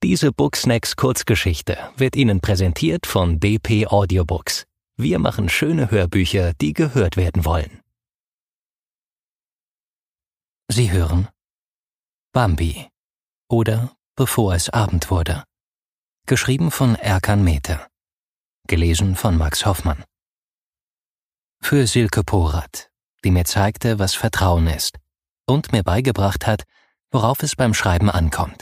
Diese Booksnacks Kurzgeschichte wird Ihnen präsentiert von dp Audiobooks. Wir machen schöne Hörbücher, die gehört werden wollen. Sie hören Bambi oder Bevor es Abend wurde. Geschrieben von Erkan Mete. Gelesen von Max Hoffmann. Für Silke Porath, die mir zeigte, was Vertrauen ist und mir beigebracht hat, worauf es beim Schreiben ankommt.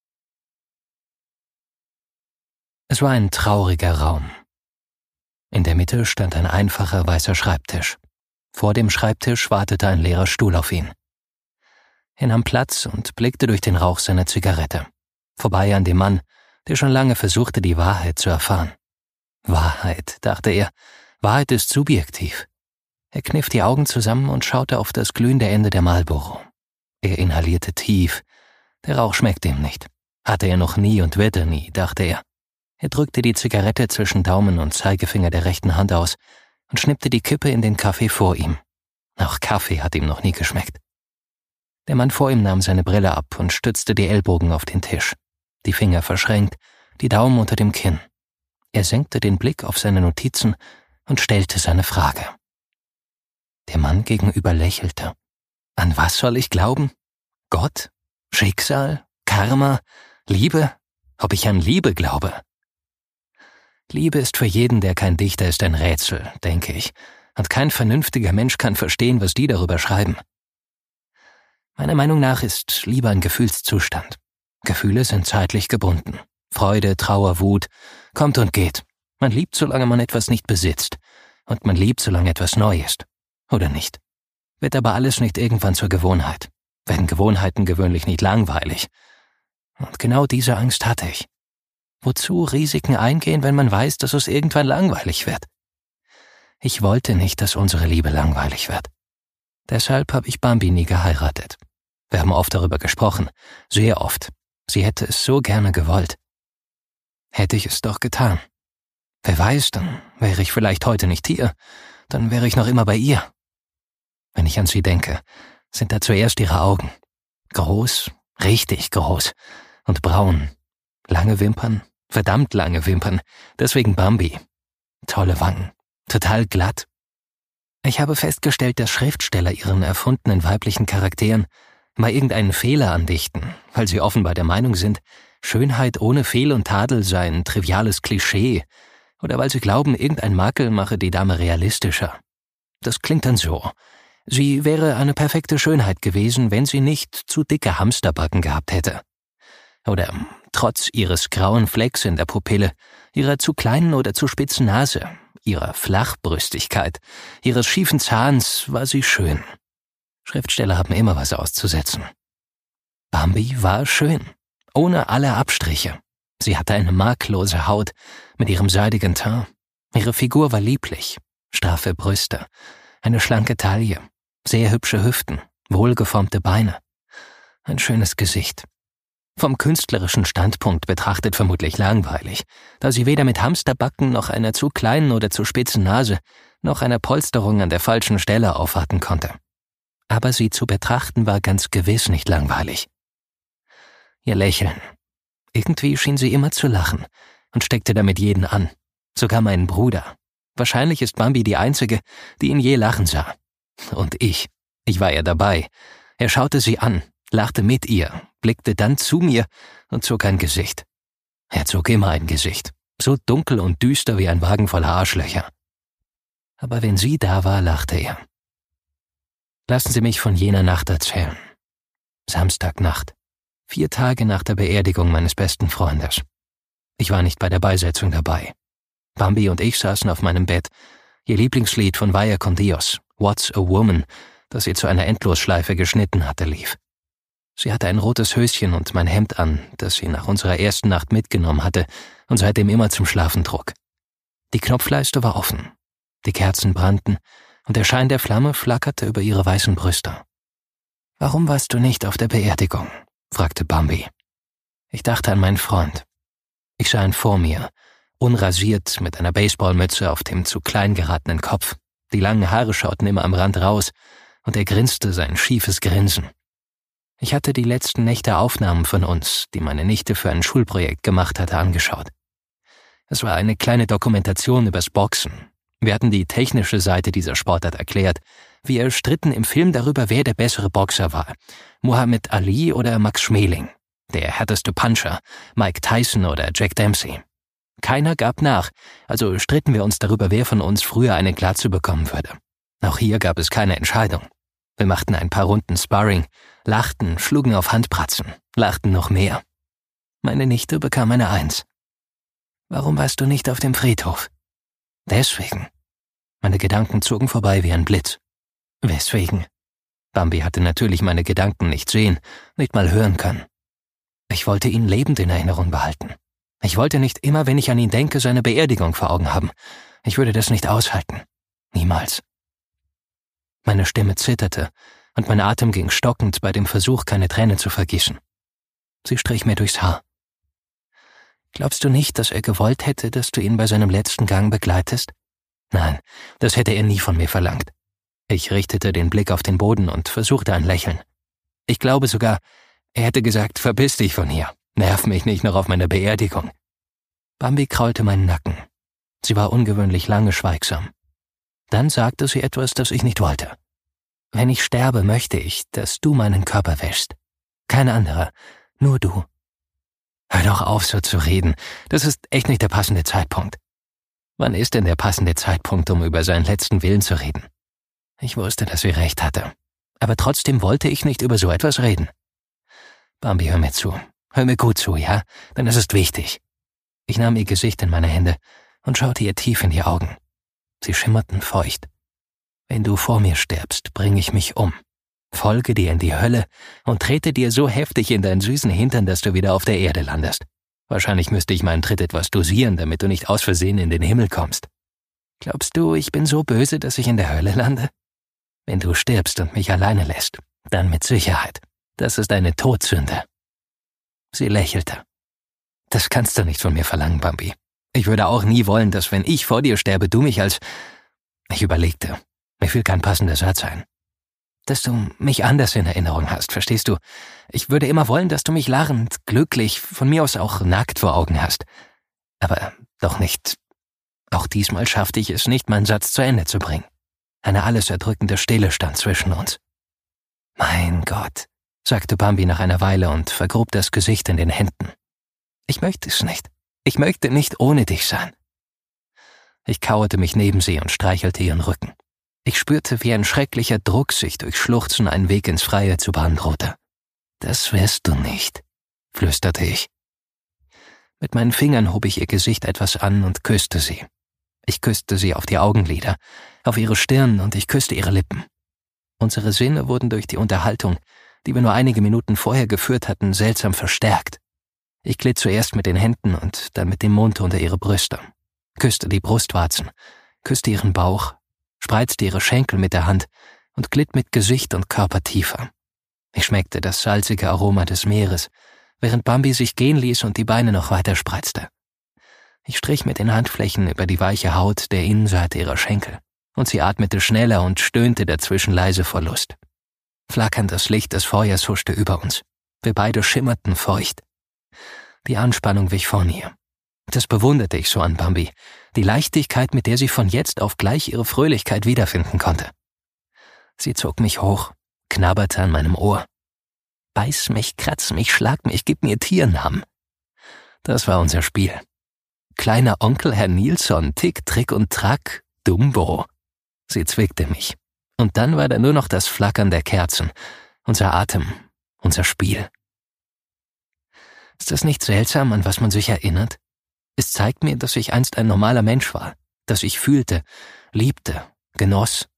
Es war ein trauriger Raum. In der Mitte stand ein einfacher weißer Schreibtisch. Vor dem Schreibtisch wartete ein leerer Stuhl auf ihn. Er nahm Platz und blickte durch den Rauch seiner Zigarette, vorbei an dem Mann, der schon lange versuchte, die Wahrheit zu erfahren. Wahrheit, dachte er, Wahrheit ist subjektiv. Er kniff die Augen zusammen und schaute auf das glühende Ende der Marlboro. Er inhalierte tief. Der Rauch schmeckte ihm nicht. Hatte er noch nie und wird er nie, dachte er. Er drückte die Zigarette zwischen Daumen und Zeigefinger der rechten Hand aus und schnippte die Kippe in den Kaffee vor ihm. Auch Kaffee hat ihm noch nie geschmeckt. Der Mann vor ihm nahm seine Brille ab und stützte die Ellbogen auf den Tisch, die Finger verschränkt, die Daumen unter dem Kinn. Er senkte den Blick auf seine Notizen und stellte seine Frage. Der Mann gegenüber lächelte. An was soll ich glauben? Gott? Schicksal? Karma? Liebe? Ob ich an Liebe glaube? Liebe ist für jeden, der kein Dichter ist, ein Rätsel, denke ich, und kein vernünftiger Mensch kann verstehen, was die darüber schreiben. Meiner Meinung nach ist Liebe ein Gefühlszustand. Gefühle sind zeitlich gebunden. Freude, Trauer, Wut, kommt und geht. Man liebt, solange man etwas nicht besitzt, und man liebt, solange etwas neu ist. Oder nicht? Wird aber alles nicht irgendwann zur Gewohnheit? Werden Gewohnheiten gewöhnlich nicht langweilig? Und genau diese Angst hatte ich. Wozu Risiken eingehen, wenn man weiß, dass es irgendwann langweilig wird? Ich wollte nicht, dass unsere Liebe langweilig wird. Deshalb habe ich Bambi nie geheiratet. Wir haben oft darüber gesprochen, sehr oft. Sie hätte es so gerne gewollt. Hätte ich es doch getan. Wer weiß, dann wäre ich vielleicht heute nicht hier, dann wäre ich noch immer bei ihr. Wenn ich an sie denke, sind da zuerst ihre Augen. Groß, richtig groß und braun. Lange Wimpern, verdammt lange Wimpern, deswegen Bambi. Tolle Wangen, total glatt. Ich habe festgestellt, dass Schriftsteller ihren erfundenen weiblichen Charakteren mal irgendeinen Fehler andichten, weil sie offenbar der Meinung sind, Schönheit ohne Fehl und Tadel sei ein triviales Klischee, oder weil sie glauben, irgendein Makel mache die Dame realistischer. Das klingt dann so. Sie wäre eine perfekte Schönheit gewesen, wenn sie nicht zu dicke Hamsterbacken gehabt hätte. Oder trotz ihres grauen Flecks in der Pupille, ihrer zu kleinen oder zu spitzen Nase, ihrer Flachbrüstigkeit, ihres schiefen Zahns war sie schön. Schriftsteller haben immer was auszusetzen. Bambi war schön, ohne alle Abstriche. Sie hatte eine makellose Haut mit ihrem seidigen Teint. Ihre Figur war lieblich, straffe Brüste, eine schlanke Taille, sehr hübsche Hüften, wohlgeformte Beine. Ein schönes Gesicht. Vom künstlerischen Standpunkt betrachtet vermutlich langweilig, da sie weder mit Hamsterbacken noch einer zu kleinen oder zu spitzen Nase noch einer Polsterung an der falschen Stelle aufwarten konnte. Aber sie zu betrachten war ganz gewiss nicht langweilig. Ihr Lächeln. Irgendwie schien sie immer zu lachen und steckte damit jeden an, sogar meinen Bruder. Wahrscheinlich ist Bambi die Einzige, die ihn je lachen sah. Und ich war ja dabei. Er schaute sie an, lachte mit ihr, blickte dann zu mir und zog ein Gesicht. Er zog immer ein Gesicht, so dunkel und düster wie ein Wagen voller Arschlöcher. Aber wenn sie da war, lachte er. Lassen Sie mich von jener Nacht erzählen. Samstagnacht, 4 Tage nach der Beerdigung meines besten Freundes. Ich war nicht bei der Beisetzung dabei. Bambi und ich saßen auf meinem Bett. Ihr Lieblingslied von Vaya con Dios, What's a Woman, das sie zu einer Endlosschleife geschnitten hatte, lief. Sie hatte ein rotes Höschen und mein Hemd an, das sie nach unserer ersten Nacht mitgenommen hatte und seitdem immer zum Schlafen trug. Die Knopfleiste war offen, die Kerzen brannten und der Schein der Flamme flackerte über ihre weißen Brüste. »Warum warst du nicht auf der Beerdigung?« fragte Bambi. Ich dachte an meinen Freund. Ich sah ihn vor mir, unrasiert mit einer Baseballmütze auf dem zu klein geratenen Kopf. Die langen Haare schauten immer am Rand raus und er grinste sein schiefes Grinsen. Ich hatte die letzten Nächte Aufnahmen von uns, die meine Nichte für ein Schulprojekt gemacht hatte, angeschaut. Es war eine kleine Dokumentation übers Boxen. Wir hatten die technische Seite dieser Sportart erklärt. Wir stritten im Film darüber, wer der bessere Boxer war. Muhammad Ali oder Max Schmeling. Der härteste Puncher, Mike Tyson oder Jack Dempsey. Keiner gab nach, also stritten wir uns darüber, wer von uns früher eine Glatze bekommen würde. Auch hier gab es keine Entscheidung. Wir machten ein paar Runden Sparring, lachten, schlugen auf Handpratzen, lachten noch mehr. Meine Nichte bekam eine 1. Warum warst du nicht auf dem Friedhof? Deswegen. Meine Gedanken zogen vorbei wie ein Blitz. Weswegen? Bambi hatte natürlich meine Gedanken nicht sehen, nicht mal hören können. Ich wollte ihn lebend in Erinnerung behalten. Ich wollte nicht immer, wenn ich an ihn denke, seine Beerdigung vor Augen haben. Ich würde das nicht aushalten. Niemals. Meine Stimme zitterte und mein Atem ging stockend bei dem Versuch, keine Tränen zu vergießen. Sie strich mir durchs Haar. Glaubst du nicht, dass er gewollt hätte, dass du ihn bei seinem letzten Gang begleitest? Nein, das hätte er nie von mir verlangt. Ich richtete den Blick auf den Boden und versuchte ein Lächeln. Ich glaube sogar, er hätte gesagt, verpiss dich von hier, nerv mich nicht noch auf meiner Beerdigung. Bambi kraulte meinen Nacken. Sie war ungewöhnlich lange schweigsam. Dann sagte sie etwas, das ich nicht wollte. Wenn ich sterbe, möchte ich, dass du meinen Körper wäschst. Kein anderer, nur du. Hör doch auf, so zu reden. Das ist echt nicht der passende Zeitpunkt. Wann ist denn der passende Zeitpunkt, um über seinen letzten Willen zu reden? Ich wusste, dass sie recht hatte. Aber trotzdem wollte ich nicht über so etwas reden. Bambi, hör mir zu. Hör mir gut zu, ja? Denn es ist wichtig. Ich nahm ihr Gesicht in meine Hände und schaute ihr tief in die Augen. Sie schimmerten feucht. Wenn du vor mir stirbst, bringe ich mich um. Folge dir in die Hölle und trete dir so heftig in deinen süßen Hintern, dass du wieder auf der Erde landest. Wahrscheinlich müsste ich meinen Tritt etwas dosieren, damit du nicht aus Versehen in den Himmel kommst. Glaubst du, ich bin so böse, dass ich in der Hölle lande? Wenn du stirbst und mich alleine lässt, dann mit Sicherheit. Das ist eine Todsünde. Sie lächelte. Das kannst du nicht von mir verlangen, Bambi. Ich würde auch nie wollen, dass, wenn ich vor dir sterbe, du mich als... Ich überlegte. Mir fiel kein passender Satz ein. Dass du mich anders in Erinnerung hast, verstehst du? Ich würde immer wollen, dass du mich lachend, glücklich, von mir aus auch nackt vor Augen hast. Aber doch nicht. Auch diesmal schaffte ich es nicht, meinen Satz zu Ende zu bringen. Eine alles erdrückende Stille stand zwischen uns. Mein Gott, sagte Bambi nach einer Weile und vergrub das Gesicht in den Händen. Ich möchte es nicht. Ich möchte nicht ohne dich sein. Ich kauerte mich neben sie und streichelte ihren Rücken. Ich spürte, wie ein schrecklicher Druck sich durch Schluchzen einen Weg ins Freie zu bahnen drohte. Das wirst du nicht, flüsterte ich. Mit meinen Fingern hob ich ihr Gesicht etwas an und küsste sie. Ich küsste sie auf die Augenlider, auf ihre Stirn und ich küsste ihre Lippen. Unsere Sinne wurden durch die Unterhaltung, die wir nur einige Minuten vorher geführt hatten, seltsam verstärkt. Ich glitt zuerst mit den Händen und dann mit dem Mund unter ihre Brüste, küsste die Brustwarzen, küsste ihren Bauch, spreizte ihre Schenkel mit der Hand und glitt mit Gesicht und Körper tiefer. Ich schmeckte das salzige Aroma des Meeres, während Bambi sich gehen ließ und die Beine noch weiter spreizte. Ich strich mit den Handflächen über die weiche Haut der Innenseite ihrer Schenkel, und sie atmete schneller und stöhnte dazwischen leise vor Lust. Flackerndes Licht des Feuers huschte über uns. Wir beide schimmerten feucht. Die Anspannung wich von ihr. Das bewunderte ich so an Bambi, die Leichtigkeit, mit der sie von jetzt auf gleich ihre Fröhlichkeit wiederfinden konnte. Sie zog mich hoch, knabberte an meinem Ohr. Beiß mich, kratz mich, schlag mich, gib mir Tiernamen. Das war unser Spiel. Kleiner Onkel Herr Nilsson, Tick, Trick und Track, Dumbo. Sie zwickte mich. Und dann war da nur noch das Flackern der Kerzen, unser Atem, unser Spiel. Ist das nicht seltsam, an was man sich erinnert? Es zeigt mir, dass ich einst ein normaler Mensch war, dass ich fühlte, liebte, genoss.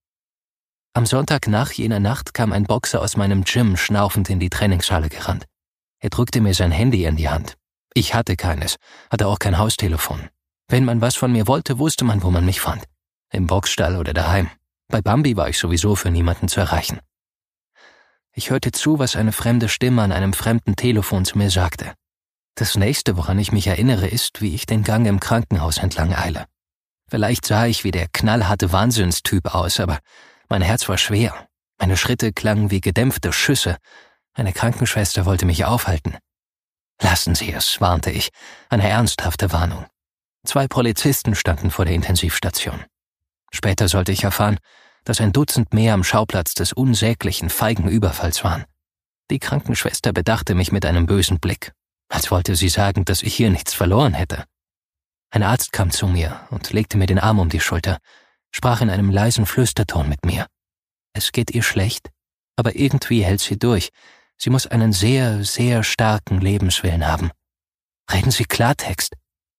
Am Sonntag nach jener Nacht kam ein Boxer aus meinem Gym schnaufend in die Trainingshalle gerannt. Er drückte mir sein Handy in die Hand. Ich hatte keines, hatte auch kein Haustelefon. Wenn man was von mir wollte, wusste man, wo man mich fand. Im Boxstall oder daheim. Bei Bambi war ich sowieso für niemanden zu erreichen. Ich hörte zu, was eine fremde Stimme an einem fremden Telefon zu mir sagte. Das nächste, woran ich mich erinnere, ist, wie ich den Gang im Krankenhaus entlang eile. Vielleicht sah ich wie der knallharte Wahnsinnstyp aus, aber mein Herz war schwer. Meine Schritte klangen wie gedämpfte Schüsse Eine Krankenschwester wollte mich aufhalten. »Lassen Sie es«, warnte ich, eine ernsthafte Warnung. 2 Polizisten standen vor der Intensivstation. Später sollte ich erfahren, dass ein Dutzend mehr am Schauplatz des unsäglichen, feigen Überfalls waren. Die Krankenschwester bedachte mich mit einem bösen Blick, als wollte sie sagen, dass ich hier nichts verloren hätte. Ein Arzt kam zu mir und legte mir den Arm um die Schulter, sprach in einem leisen Flüsterton mit mir. Es geht ihr schlecht, aber irgendwie hält sie durch. Sie muss einen sehr, sehr starken Lebenswillen haben. Reden Sie Klartext.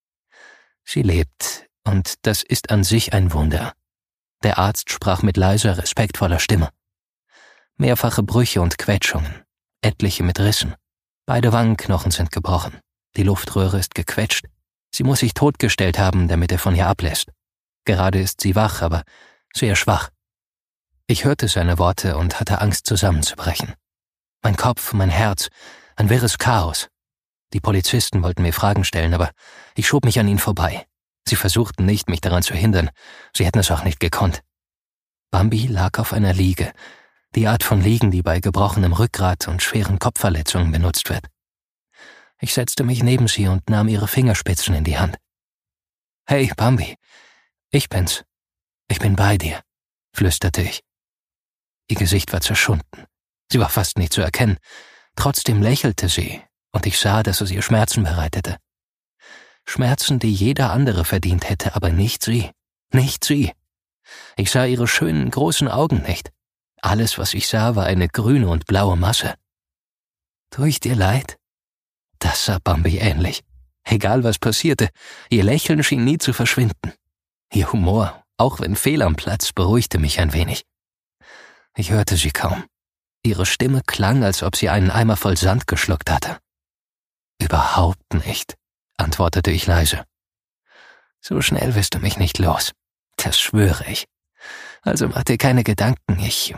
Sie lebt, und das ist an sich ein Wunder. Der Arzt sprach mit leiser, respektvoller Stimme. Mehrfache Brüche und Quetschungen, etliche mit Rissen. Beide Wangenknochen sind gebrochen. Die Luftröhre ist gequetscht. Sie muss sich totgestellt haben, damit er von ihr ablässt. Gerade ist sie wach, aber sehr schwach. Ich hörte seine Worte und hatte Angst, zusammenzubrechen. Mein Kopf, mein Herz, ein wirres Chaos. Die Polizisten wollten mir Fragen stellen, aber ich schob mich an ihnen vorbei. Sie versuchten nicht, mich daran zu hindern. Sie hätten es auch nicht gekonnt. Bambi lag auf einer Liege, die Art von Liegen, die bei gebrochenem Rückgrat und schweren Kopfverletzungen benutzt wird. Ich setzte mich neben sie und nahm ihre Fingerspitzen in die Hand. »Hey, Bambi, ich bin's. Ich bin bei dir«, flüsterte ich. Ihr Gesicht war zerschunden. Sie war fast nicht zu erkennen. Trotzdem lächelte sie, und ich sah, dass es ihr Schmerzen bereitete. Schmerzen, die jeder andere verdient hätte, aber nicht sie. Nicht sie. Ich sah ihre schönen, großen Augen nicht. Alles, was ich sah, war eine grüne und blaue Masse. »Tue ich dir leid?« Das sah Bambi ähnlich. Egal was passierte, ihr Lächeln schien nie zu verschwinden. Ihr Humor, auch wenn fehl am Platz, beruhigte mich ein wenig. Ich hörte sie kaum. Ihre Stimme klang, als ob sie einen Eimer voll Sand geschluckt hatte. »Überhaupt nicht«, antwortete ich leise. »So schnell wirst du mich nicht los. Das schwöre ich. Also mach dir keine Gedanken,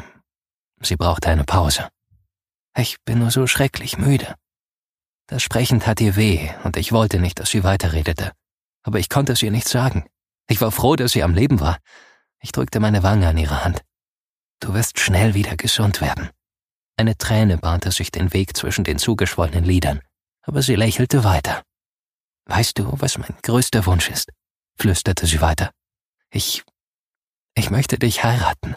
Sie brauchte eine Pause. »Ich bin nur so schrecklich müde.« Das Sprechen tat ihr weh, und ich wollte nicht, dass sie weiterredete. Aber ich konnte es ihr nicht sagen. Ich war froh, dass sie am Leben war. Ich drückte meine Wange an ihre Hand. »Du wirst schnell wieder gesund werden.« Eine Träne bahnte sich den Weg zwischen den zugeschwollenen Lidern, aber sie lächelte weiter. »Weißt du, was mein größter Wunsch ist?« flüsterte sie weiter. Ich möchte dich heiraten.«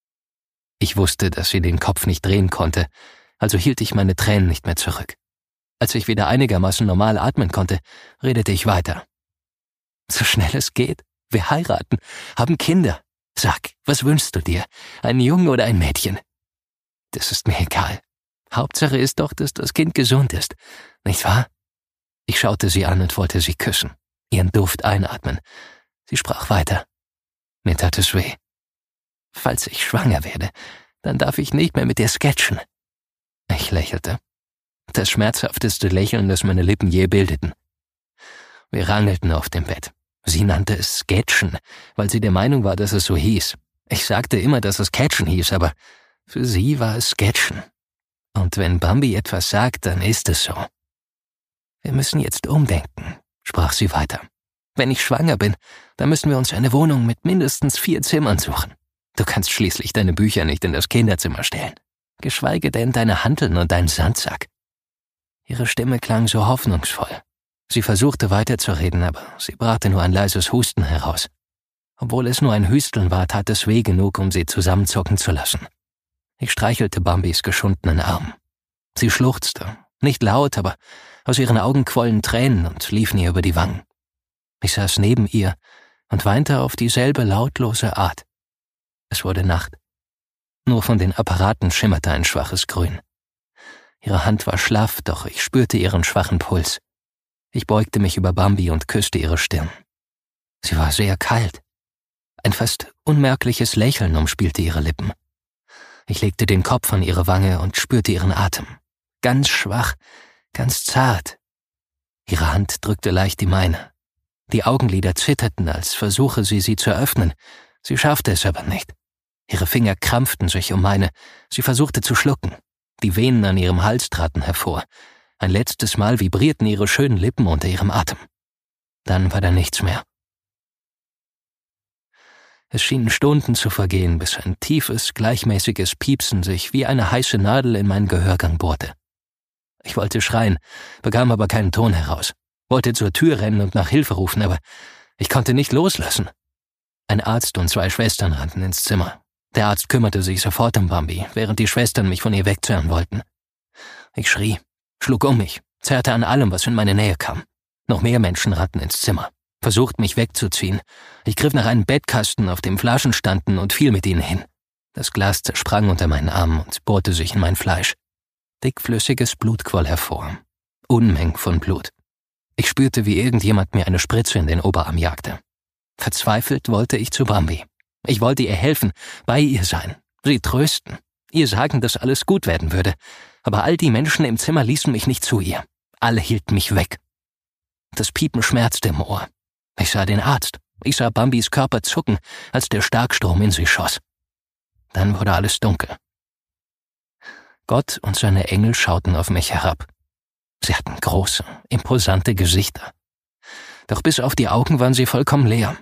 Ich wusste, dass sie den Kopf nicht drehen konnte, also hielt ich meine Tränen nicht mehr zurück. Als ich wieder einigermaßen normal atmen konnte, redete ich weiter. »So schnell es geht. Wir heiraten, haben Kinder. Sag, was wünschst du dir? Einen Jungen oder ein Mädchen?« »Das ist mir egal. Hauptsache ist doch, dass das Kind gesund ist. Nicht wahr?« Ich schaute sie an und wollte sie küssen, ihren Duft einatmen. Sie sprach weiter. Mir tat es weh. »Falls ich schwanger werde, dann darf ich nicht mehr mit dir sketchen.« Ich lächelte. Das schmerzhafteste Lächeln, das meine Lippen je bildeten. Wir rangelten auf dem Bett. Sie nannte es Sketchen, weil sie der Meinung war, dass es so hieß. Ich sagte immer, dass es Catchen hieß, aber für sie war es Sketchen. Und wenn Bambi etwas sagt, dann ist es so. »Wir müssen jetzt umdenken«, sprach sie weiter. »Wenn ich schwanger bin, dann müssen wir uns eine Wohnung mit mindestens 4 Zimmern suchen. Du kannst schließlich deine Bücher nicht in das Kinderzimmer stellen. Geschweige denn deine Hanteln und deinen Sandsack.« Ihre Stimme klang so hoffnungsvoll. Sie versuchte weiterzureden, aber sie brachte nur ein leises Husten heraus. Obwohl es nur ein Hüsteln war, tat es weh genug, um sie zusammenzucken zu lassen. Ich streichelte Bambis geschundenen Arm. Sie schluchzte, nicht laut, aber aus ihren Augen quollen Tränen und liefen ihr über die Wangen. Ich saß neben ihr und weinte auf dieselbe lautlose Art. Es wurde Nacht. Nur von den Apparaten schimmerte ein schwaches Grün. Ihre Hand war schlaff, doch ich spürte ihren schwachen Puls. Ich beugte mich über Bambi und küsste ihre Stirn. Sie war sehr kalt. Ein fast unmerkliches Lächeln umspielte ihre Lippen. Ich legte den Kopf an ihre Wange und spürte ihren Atem. Ganz schwach, ganz zart. Ihre Hand drückte leicht die meine. Die Augenlider zitterten, als versuche sie zu öffnen. Sie schaffte es aber nicht. Ihre Finger krampften sich um meine. Sie versuchte zu schlucken. Die Venen an ihrem Hals traten hervor. Ein letztes Mal vibrierten ihre schönen Lippen unter ihrem Atem. Dann war da nichts mehr. Es schienen Stunden zu vergehen, bis ein tiefes, gleichmäßiges Piepsen sich wie eine heiße Nadel in meinen Gehörgang bohrte. Ich wollte schreien, bekam aber keinen Ton heraus, wollte zur Tür rennen und nach Hilfe rufen, aber ich konnte nicht loslassen. Ein Arzt und 2 Schwestern rannten ins Zimmer. Der Arzt kümmerte sich sofort um Bambi, während die Schwestern mich von ihr wegzerren wollten. Ich schrie, schlug um mich, zerrte an allem, was in meine Nähe kam. Noch mehr Menschen rannten ins Zimmer, versuchten mich wegzuziehen. Ich griff nach einem Bettkasten, auf dem Flaschen standen, und fiel mit ihnen hin. Das Glas zersprang unter meinen Armen und bohrte sich in mein Fleisch. Dickflüssiges Blut quoll hervor. Unmengen von Blut. Ich spürte, wie irgendjemand mir eine Spritze in den Oberarm jagte. Verzweifelt wollte ich zu Bambi. Ich wollte ihr helfen, bei ihr sein, sie trösten, ihr sagen, dass alles gut werden würde. Aber all die Menschen im Zimmer ließen mich nicht zu ihr. Alle hielten mich weg. Das Piepen schmerzte im Ohr. Ich sah den Arzt. Ich sah Bambis Körper zucken, als der Starkstrom in sie schoss. Dann wurde alles dunkel. Gott und seine Engel schauten auf mich herab. Sie hatten große, imposante Gesichter. Doch bis auf die Augen waren sie vollkommen leer.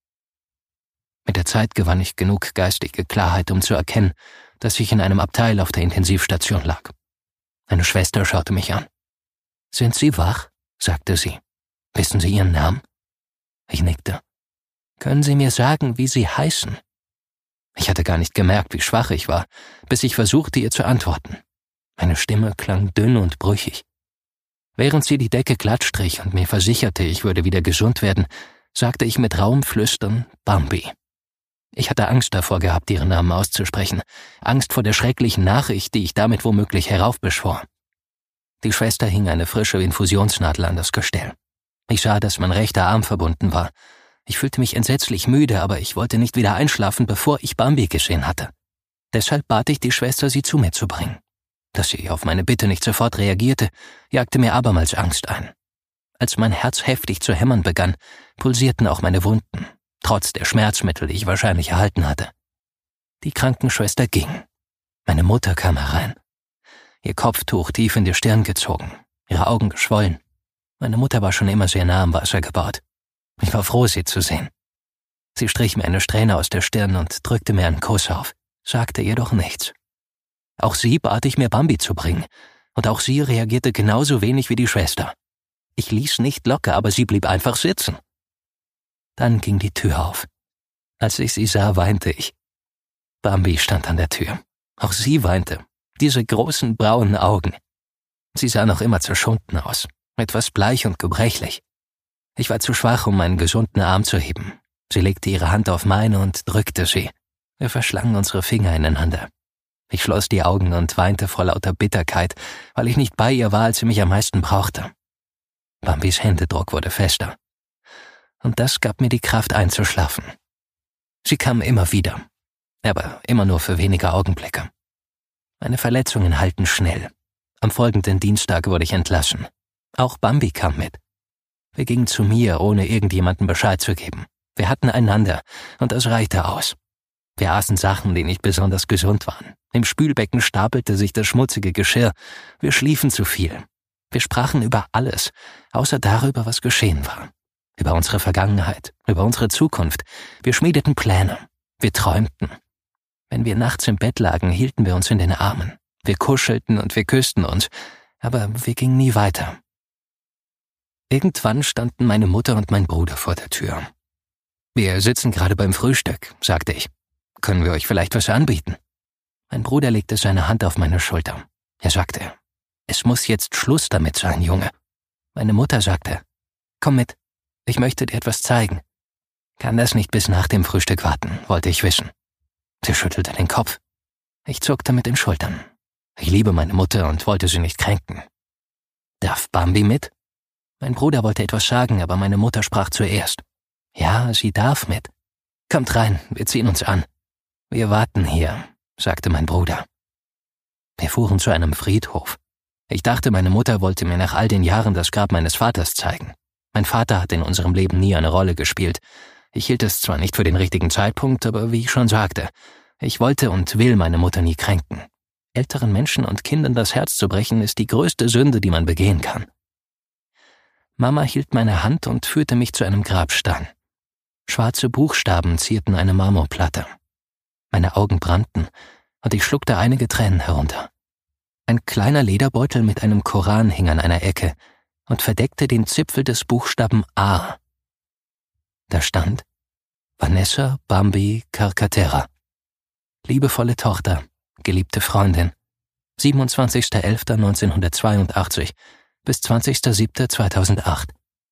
Mit der Zeit gewann ich genug geistige Klarheit, um zu erkennen, dass ich in einem Abteil auf der Intensivstation lag. Eine Schwester schaute mich an. »Sind Sie wach?« sagte sie. »Wissen Sie Ihren Namen?« Ich nickte. »Können Sie mir sagen, wie Sie heißen?« Ich hatte gar nicht gemerkt, wie schwach ich war, bis ich versuchte, ihr zu antworten. Meine Stimme klang dünn und brüchig. Während sie die Decke glatt strich und mir versicherte, ich würde wieder gesund werden, sagte ich mit rauem Flüstern Bambi. Ich hatte Angst davor gehabt, ihren Namen auszusprechen, Angst vor der schrecklichen Nachricht, die ich damit womöglich heraufbeschwor. Die Schwester hing eine frische Infusionsnadel an das Gestell. Ich sah, dass mein rechter Arm verbunden war. Ich fühlte mich entsetzlich müde, aber ich wollte nicht wieder einschlafen, bevor ich Bambi gesehen hatte. Deshalb bat ich die Schwester, sie zu mir zu bringen. Dass sie auf meine Bitte nicht sofort reagierte, jagte mir abermals Angst ein. Als mein Herz heftig zu hämmern begann, pulsierten auch meine Wunden, trotz der Schmerzmittel, die ich wahrscheinlich erhalten hatte. Die Krankenschwester ging. Meine Mutter kam herein. Ihr Kopftuch tief in die Stirn gezogen, ihre Augen geschwollen. Meine Mutter war schon immer sehr nah am Wasser gebaut. Ich war froh, sie zu sehen. Sie strich mir eine Strähne aus der Stirn und drückte mir einen Kuss auf, sagte jedoch nichts. Auch sie bat ich, mir Bambi zu bringen, und auch sie reagierte genauso wenig wie die Schwester. Ich ließ nicht locker, aber sie blieb einfach sitzen. Dann ging die Tür auf. Als ich sie sah, weinte ich. Bambi stand an der Tür. Auch sie weinte. Diese großen braunen Augen. Sie sah noch immer zerschunden aus, etwas bleich und gebrechlich. Ich war zu schwach, um meinen gesunden Arm zu heben. Sie legte ihre Hand auf meine und drückte sie. Wir verschlangen unsere Finger ineinander. Ich schloss die Augen und weinte vor lauter Bitterkeit, weil ich nicht bei ihr war, als sie mich am meisten brauchte. Bambis Händedruck wurde fester. Und das gab mir die Kraft einzuschlafen. Sie kam immer wieder, aber immer nur für wenige Augenblicke. Meine Verletzungen heilten schnell. Am folgenden Dienstag wurde ich entlassen. Auch Bambi kam mit. Wir gingen zu mir, ohne irgendjemandem Bescheid zu geben. Wir hatten einander, und das reichte aus. Wir aßen Sachen, die nicht besonders gesund waren. Im Spülbecken stapelte sich das schmutzige Geschirr. Wir schliefen zu viel. Wir sprachen über alles, außer darüber, was geschehen war. Über unsere Vergangenheit, über unsere Zukunft. Wir schmiedeten Pläne. Wir träumten. Wenn wir nachts im Bett lagen, hielten wir uns in den Armen. Wir kuschelten und wir küssten uns, aber wir gingen nie weiter. Irgendwann standen meine Mutter und mein Bruder vor der Tür. »Wir sitzen gerade beim Frühstück«, sagte ich. »Können wir euch vielleicht was anbieten?« Mein Bruder legte seine Hand auf meine Schulter. Er sagte, »Es muss jetzt Schluss damit sein, Junge.« Meine Mutter sagte, »Komm mit, ich möchte dir etwas zeigen.« »Kann das nicht bis nach dem Frühstück warten?« wollte ich wissen. Sie schüttelte den Kopf. Ich zuckte mit den Schultern. Ich liebe meine Mutter und wollte sie nicht kränken. »Darf Bambi mit?« Mein Bruder wollte etwas sagen, aber meine Mutter sprach zuerst. »Ja, sie darf mit. Kommt rein, wir ziehen uns an.« »Wir warten hier«, sagte mein Bruder. Wir fuhren zu einem Friedhof. Ich dachte, meine Mutter wollte mir nach all den Jahren das Grab meines Vaters zeigen. Mein Vater hat in unserem Leben nie eine Rolle gespielt. Ich hielt es zwar nicht für den richtigen Zeitpunkt, aber wie ich schon sagte, ich wollte und will meine Mutter nie kränken. Älteren Menschen und Kindern das Herz zu brechen, ist die größte Sünde, die man begehen kann. Mama hielt meine Hand und führte mich zu einem Grabstein. Schwarze Buchstaben zierten eine Marmorplatte. Meine Augen brannten und ich schluckte einige Tränen herunter. Ein kleiner Lederbeutel mit einem Koran hing an einer Ecke und verdeckte den Zipfel des Buchstaben A. Da stand: Vanessa Bambi Carcaterra. Liebevolle Tochter, geliebte Freundin, 27.11.1982 bis 20.07.2008.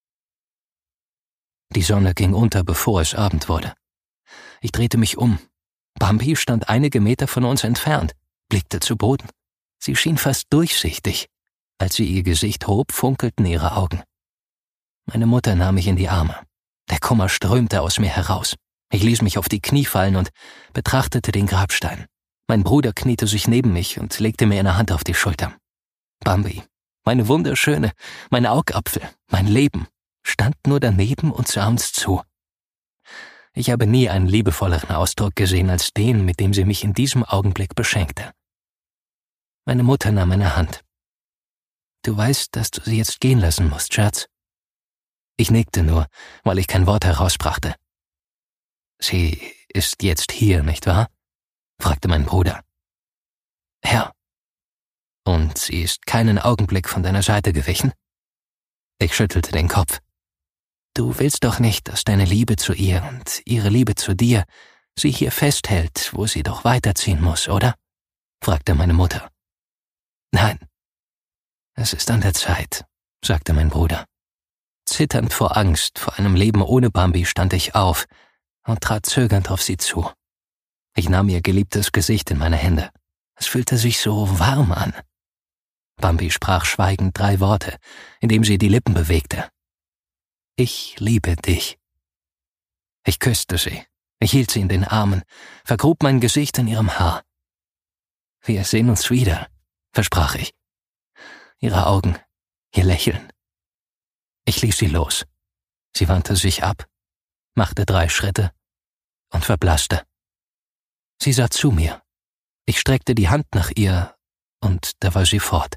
Die Sonne ging unter, bevor es Abend wurde. Ich drehte mich um. Bambi stand einige Meter von uns entfernt, blickte zu Boden. Sie schien fast durchsichtig. Als sie ihr Gesicht hob, funkelten ihre Augen. Meine Mutter nahm mich in die Arme. Der Kummer strömte aus mir heraus. Ich ließ mich auf die Knie fallen und betrachtete den Grabstein. Mein Bruder kniete sich neben mich und legte mir eine Hand auf die Schulter. Bambi, meine wunderschöne, mein Augapfel, mein Leben, stand nur daneben und sah uns zu. Ich habe nie einen liebevolleren Ausdruck gesehen als den, mit dem sie mich in diesem Augenblick beschenkte. Meine Mutter nahm meine Hand. »Du weißt, dass du sie jetzt gehen lassen musst, Schatz?« Ich nickte nur, weil ich kein Wort herausbrachte. »Sie ist jetzt hier, nicht wahr?« fragte mein Bruder. »Ja.« »Und sie ist keinen Augenblick von deiner Seite gewichen?« Ich schüttelte den Kopf. »Du willst doch nicht, dass deine Liebe zu ihr und ihre Liebe zu dir sie hier festhält, wo sie doch weiterziehen muss, oder?« fragte meine Mutter. »Nein, es ist an der Zeit«, sagte mein Bruder. Zitternd vor Angst, vor einem Leben ohne Bambi, stand ich auf und trat zögernd auf sie zu. Ich nahm ihr geliebtes Gesicht in meine Hände. Es fühlte sich so warm an. Bambi sprach schweigend 3 Worte, indem sie die Lippen bewegte. »Ich liebe dich.« Ich küsste sie. Ich hielt sie in den Armen, vergrub mein Gesicht in ihrem Haar. »Wir sehen uns wieder«, versprach ich. Ihre Augen, ihr Lächeln. Ich ließ sie los. Sie wandte sich ab, machte 3 Schritte und verblasste. Sie sah zu mir. Ich streckte die Hand nach ihr und da war sie fort.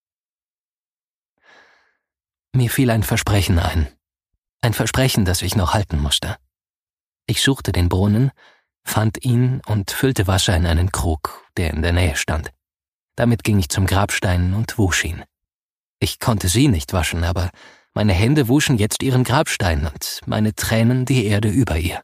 Mir fiel ein Versprechen ein. Ein Versprechen, das ich noch halten musste. Ich suchte den Brunnen, fand ihn und füllte Wasser in einen Krug, der in der Nähe stand. Damit ging ich zum Grabstein und wusch ihn. Ich konnte sie nicht waschen, aber meine Hände wuschen jetzt ihren Grabstein und meine Tränen die Erde über ihr.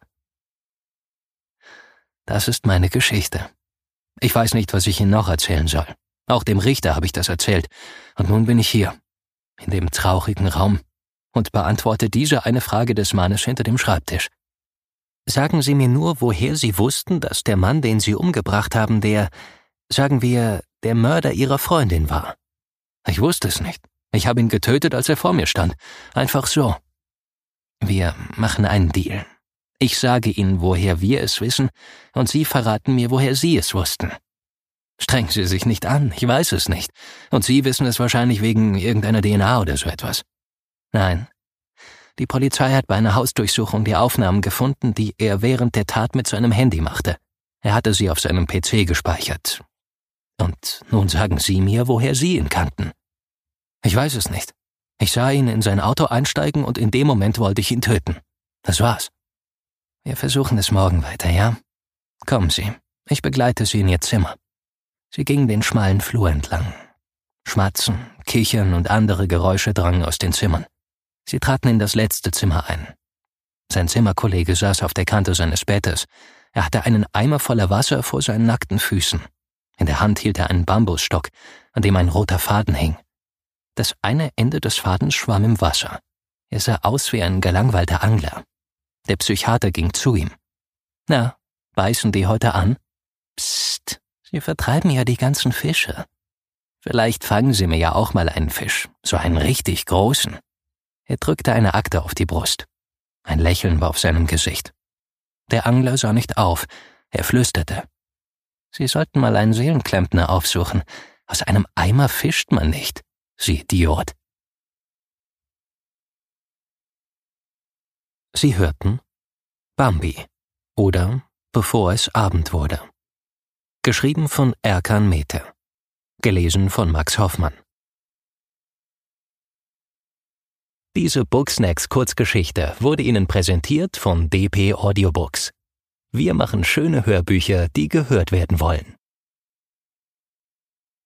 Das ist meine Geschichte. Ich weiß nicht, was ich Ihnen noch erzählen soll. Auch dem Richter habe ich das erzählt. Und nun bin ich hier, in dem traurigen Raum, und beantworte diese eine Frage des Mannes hinter dem Schreibtisch. Sagen Sie mir nur, woher Sie wussten, dass der Mann, den Sie umgebracht haben, sagen wir, der Mörder Ihrer Freundin war. Ich wusste es nicht. Ich habe ihn getötet, als er vor mir stand. Einfach so. Wir machen einen Deal. Ich sage Ihnen, woher wir es wissen, und Sie verraten mir, woher Sie es wussten. Strengen Sie sich nicht an, ich weiß es nicht. Und Sie wissen es wahrscheinlich wegen irgendeiner DNA oder so etwas. Nein. Die Polizei hat bei einer Hausdurchsuchung die Aufnahmen gefunden, die er während der Tat mit seinem Handy machte. Er hatte sie auf seinem PC gespeichert. Und nun sagen Sie mir, woher Sie ihn kannten. Ich weiß es nicht. Ich sah ihn in sein Auto einsteigen und in dem Moment wollte ich ihn töten. Das war's. Wir versuchen es morgen weiter, ja? Kommen Sie, ich begleite Sie in Ihr Zimmer. Sie gingen den schmalen Flur entlang. Schmatzen, Kichern und andere Geräusche drangen aus den Zimmern. Sie traten in das letzte Zimmer ein. Sein Zimmerkollege saß auf der Kante seines Bettes. Er hatte einen Eimer voller Wasser vor seinen nackten Füßen. In der Hand hielt er einen Bambusstock, an dem ein roter Faden hing. Das eine Ende des Fadens schwamm im Wasser. Er sah aus wie ein gelangweilter Angler. Der Psychiater ging zu ihm. »Na, beißen die heute an?« »Psst, Sie vertreiben ja die ganzen Fische. Vielleicht fangen Sie mir ja auch mal einen Fisch, so einen richtig großen.« Er drückte eine Akte auf die Brust. Ein Lächeln war auf seinem Gesicht. Der Angler sah nicht auf, er flüsterte. »Sie sollten mal einen Seelenklempner aufsuchen. Aus einem Eimer fischt man nicht, Sie Idiot.« Sie hörten Bambi oder Bevor es Abend wurde. Geschrieben von Erkan Mete. Gelesen von Max Hoffmann. Diese Booksnacks Kurzgeschichte wurde Ihnen präsentiert von dp Audiobooks. Wir machen schöne Hörbücher, die gehört werden wollen.